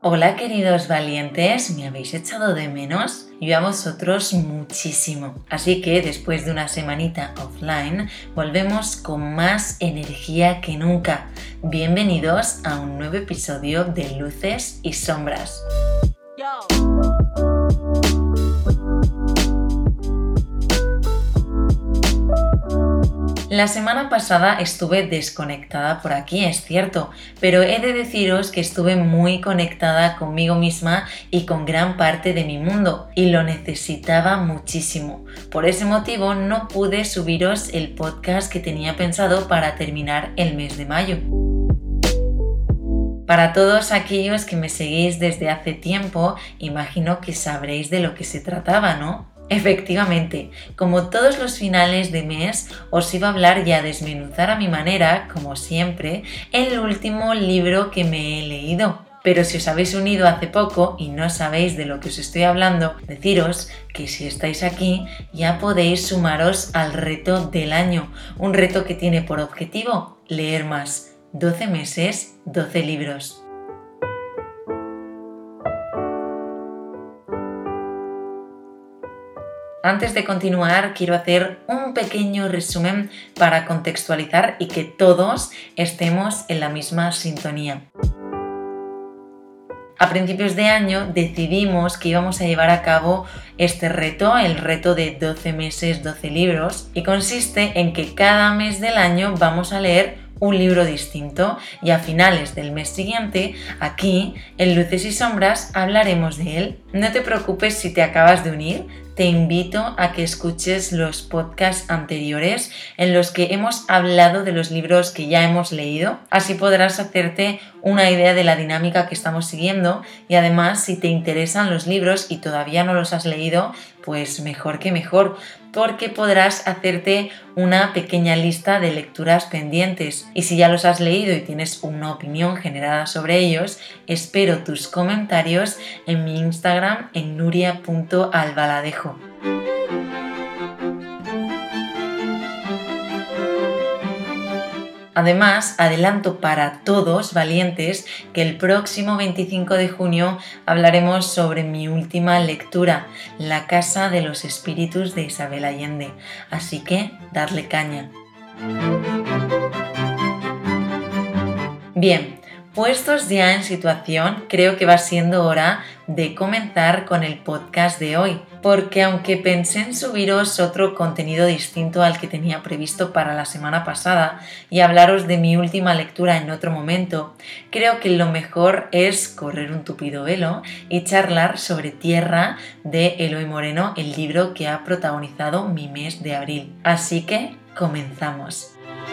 Hola queridos valientes, ¿me habéis echado de menos? Yo a vosotros muchísimo. Así que después de una semanita offline, volvemos con más energía que nunca. Bienvenidos a un nuevo episodio de Luces y Sombras. La semana pasada estuve desconectada por aquí, es cierto, pero he de deciros que estuve muy conectada conmigo misma y con gran parte de mi mundo, y lo necesitaba muchísimo. Por ese motivo no pude subiros el podcast que tenía pensado para terminar el mes de mayo. Para todos aquellos que me seguís desde hace tiempo, imagino que sabréis de lo que se trataba, ¿no? Efectivamente, como todos los finales de mes, os iba a hablar y a desmenuzar a mi manera, como siempre, el último libro que me he leído. Pero si os habéis unido hace poco y no sabéis de lo que os estoy hablando, deciros que si estáis aquí ya podéis sumaros al reto del año, un reto que tiene por objetivo leer más, 12 meses, 12 libros. Antes de continuar, quiero hacer un pequeño resumen para contextualizar y que todos estemos en la misma sintonía. A principios de año decidimos que íbamos a llevar a cabo este reto, el reto de 12 meses, 12 libros, y consiste en que cada mes del año vamos a leer un libro distinto y a finales del mes siguiente, aquí, en Luces y Sombras, hablaremos de él. No te preocupes si te acabas de unir, te invito a que escuches los podcasts anteriores en los que hemos hablado de los libros que ya hemos leído. Así podrás hacerte una idea de la dinámica que estamos siguiendo y además si te interesan los libros y todavía no los has leído, pues mejor que mejor, porque podrás hacerte una pequeña lista de lecturas pendientes. Y si ya los has leído y tienes una opinión generada sobre ellos, espero tus comentarios en mi Instagram en nuria.albaladejo. Además, adelanto para todos valientes que el próximo 25 de junio hablaremos sobre mi última lectura, La Casa de los Espíritus de Isabel Allende. Así que, darle caña. Bien, puestos ya en situación, creo que va siendo hora de comenzar con el podcast de hoy, porque aunque pensé en subiros otro contenido distinto al que tenía previsto para la semana pasada y hablaros de mi última lectura en otro momento, creo que lo mejor es correr un tupido velo y charlar sobre Tierra de Eloy Moreno, el libro que ha protagonizado mi mes de abril. Así que, comenzamos.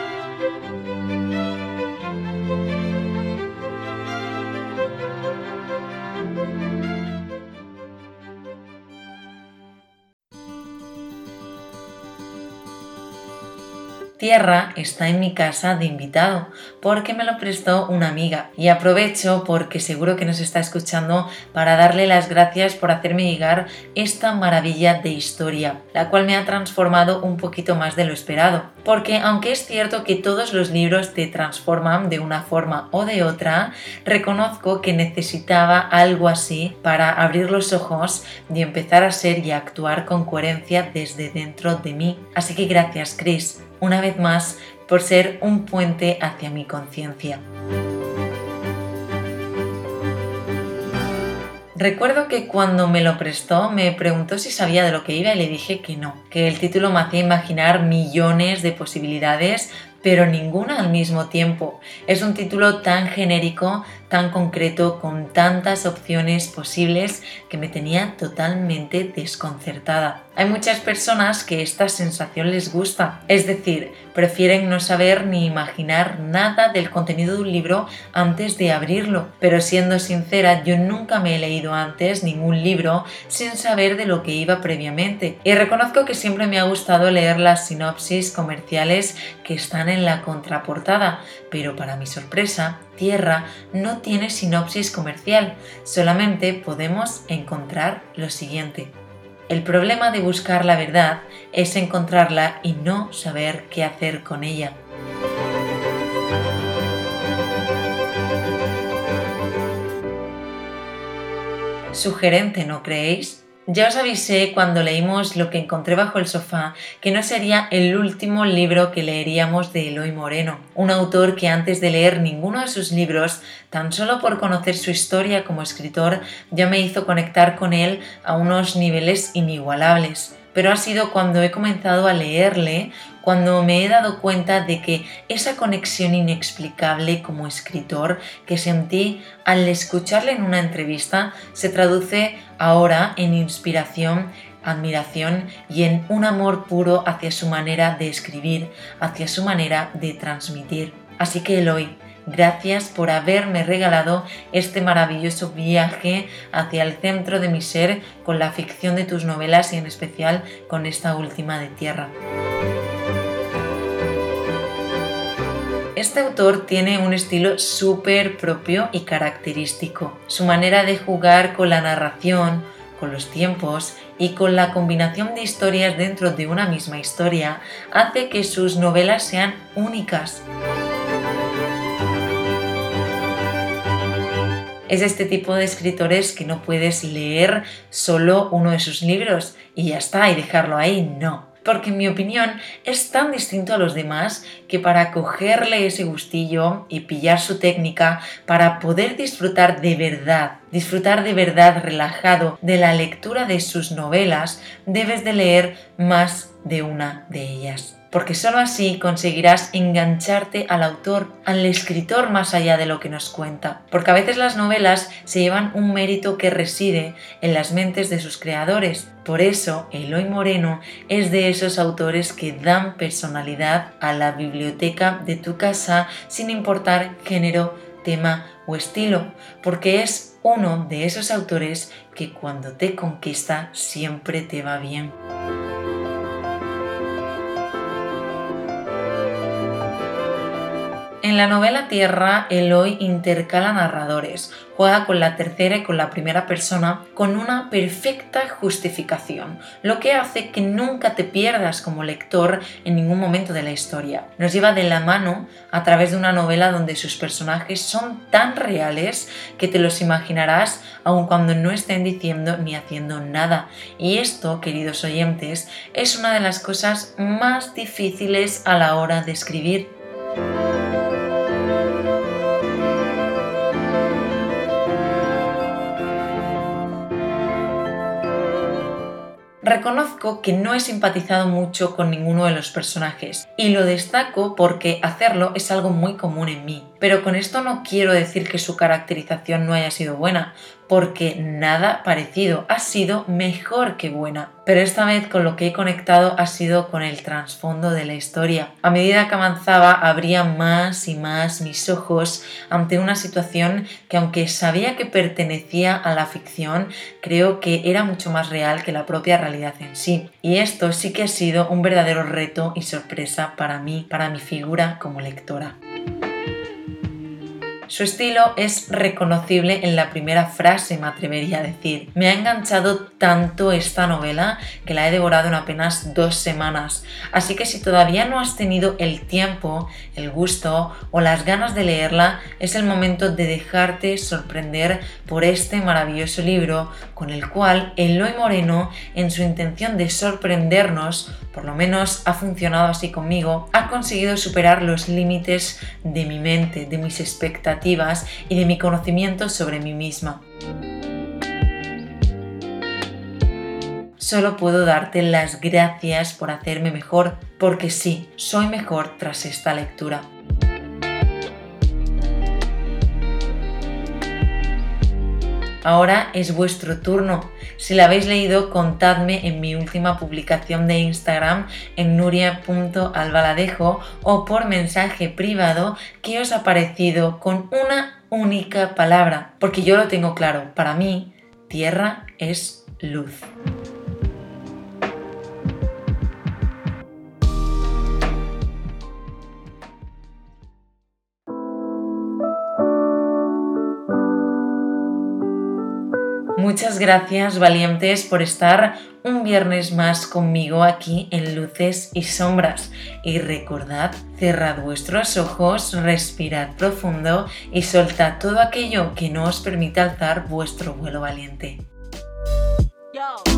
Tierra está en mi casa de invitado porque me lo prestó una amiga y aprovecho porque seguro que nos está escuchando para darle las gracias por hacerme llegar esta maravilla de historia, la cual me ha transformado un poquito más de lo esperado, porque aunque es cierto que todos los libros te transforman de una forma o de otra, reconozco que necesitaba algo así para abrir los ojos y empezar a ser y a actuar con coherencia desde dentro de mí. Así que gracias, Chris, una vez más, por ser un puente hacia mi conciencia. Recuerdo que cuando me lo prestó me preguntó si sabía de lo que iba y le dije que no, que el título me hacía imaginar millones de posibilidades, pero ninguna al mismo tiempo. Es un título tan genérico, tan concreto, con tantas opciones posibles que me tenía totalmente desconcertada. Hay muchas personas que esta sensación les gusta, es decir, prefieren no saber ni imaginar nada del contenido de un libro antes de abrirlo, pero siendo sincera, yo nunca me he leído antes ningún libro sin saber de lo que iba previamente, y reconozco que siempre me ha gustado leer las sinopsis comerciales que están en la contraportada, pero para mi sorpresa, Tierra no tiene sinopsis comercial, solamente podemos encontrar lo siguiente. El problema de buscar la verdad es encontrarla y no saber qué hacer con ella. Sugerente, ¿no creéis? Ya os avisé cuando leímos Lo que encontré bajo el sofá que no sería el último libro que leeríamos de Eloy Moreno, un autor que antes de leer ninguno de sus libros, tan solo por conocer su historia como escritor, ya me hizo conectar con él a unos niveles inigualables. Pero ha sido cuando he comenzado a leerle cuando me he dado cuenta de que esa conexión inexplicable como escritor que sentí al escucharle en una entrevista se traduce ahora en inspiración, admiración y en un amor puro hacia su manera de escribir, hacia su manera de transmitir. Así que Eloy, gracias por haberme regalado este maravilloso viaje hacia el centro de mi ser con la ficción de tus novelas y en especial con esta última de Tierra. Este autor tiene un estilo súper propio y característico. Su manera de jugar con la narración, con los tiempos y con la combinación de historias dentro de una misma historia hace que sus novelas sean únicas. Es este tipo de escritores que no puedes leer solo uno de sus libros y ya está, y dejarlo ahí, no. Porque en mi opinión es tan distinto a los demás que para cogerle ese gustillo y pillar su técnica, para poder disfrutar de verdad relajado de la lectura de sus novelas, debes de leer más de una de ellas. Porque solo así conseguirás engancharte al autor, al escritor más allá de lo que nos cuenta. Porque a veces las novelas se llevan un mérito que reside en las mentes de sus creadores. Por eso, Eloy Moreno es de esos autores que dan personalidad a la biblioteca de tu casa sin importar género, tema o estilo. Porque es uno de esos autores que cuando te conquista siempre te va bien. En la novela Tierra, Eloy intercala narradores, juega con la tercera y con la primera persona con una perfecta justificación, lo que hace que nunca te pierdas como lector en ningún momento de la historia. Nos lleva de la mano a través de una novela donde sus personajes son tan reales que te los imaginarás aun cuando no estén diciendo ni haciendo nada. Y esto, queridos oyentes, es una de las cosas más difíciles a la hora de escribir. Reconozco que no he simpatizado mucho con ninguno de los personajes y lo destaco porque hacerlo es algo muy común en mí. Pero con esto no quiero decir que su caracterización no haya sido buena, porque nada parecido, ha sido mejor que buena. Pero esta vez con lo que he conectado ha sido con el trasfondo de la historia. A medida que avanzaba abría más y más mis ojos ante una situación que, aunque sabía que pertenecía a la ficción, creo que era mucho más real que la propia realidad en sí. Y esto sí que ha sido un verdadero reto y sorpresa para mí, para mi figura como lectora. Su estilo es reconocible en la primera frase, me atrevería a decir. Me ha enganchado tanto esta novela que la he devorado en apenas 2 semanas. Así que si todavía no has tenido el tiempo, el gusto o las ganas de leerla, es el momento de dejarte sorprender por este maravilloso libro con el cual Eloy Moreno, en su intención de sorprendernos, por lo menos ha funcionado así conmigo, ha conseguido superar los límites de mi mente, de mis expectativas y de mi conocimiento sobre mí misma. Solo puedo darte las gracias por hacerme mejor, porque sí, soy mejor tras esta lectura. Ahora es vuestro turno. Si la habéis leído, contadme en mi última publicación de Instagram en nuria.albaladejo o por mensaje privado qué os ha parecido con una única palabra. Porque yo lo tengo claro, para mí, tierra es luz. Muchas gracias, valientes, por estar un viernes más conmigo aquí en Luces y Sombras. Y recordad, cerrad vuestros ojos, respirad profundo y soltad todo aquello que no os permita alzar vuestro vuelo valiente. Yo.